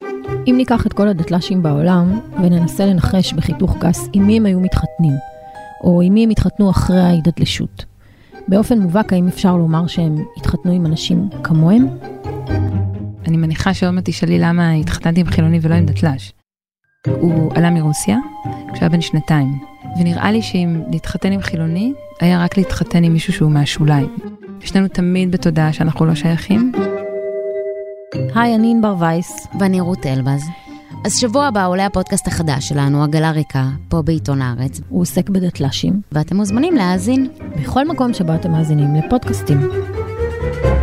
אם ניקח את כל הדתל"שים בעולם וננסה לנחש בחיתוך גס עם מי הם היו מתחתנים, או עם מי הם התחתנו אחרי ההידתלשות, באופן מובהק האם אפשר לומר שהם התחתנו עם אנשים כמוהם? אני מניחה שעוד מעט תשאלי למה התחתנתי עם חילוני ולא עם דתל"ש. הוא עלה מרוסיה כשהיה בן 2, ונראה לי שאם להתחתן עם חילוני, היה רק להתחתן עם מישהו שהוא מהשוליים. ישננו תמיד בתודעה שאנחנו לא שייכים. היי, אני ענבר וייס. ואני רות אלבז. אז שבוע הבא עולה הפודקאסט החדש שלנו, עגלה ריקה, פה בעיתון הארץ. הוא עוסק בדתל"שים. ואתם מוזמנים להאזין בכל מקום שבו אתם מאזינים לפודקאסטים.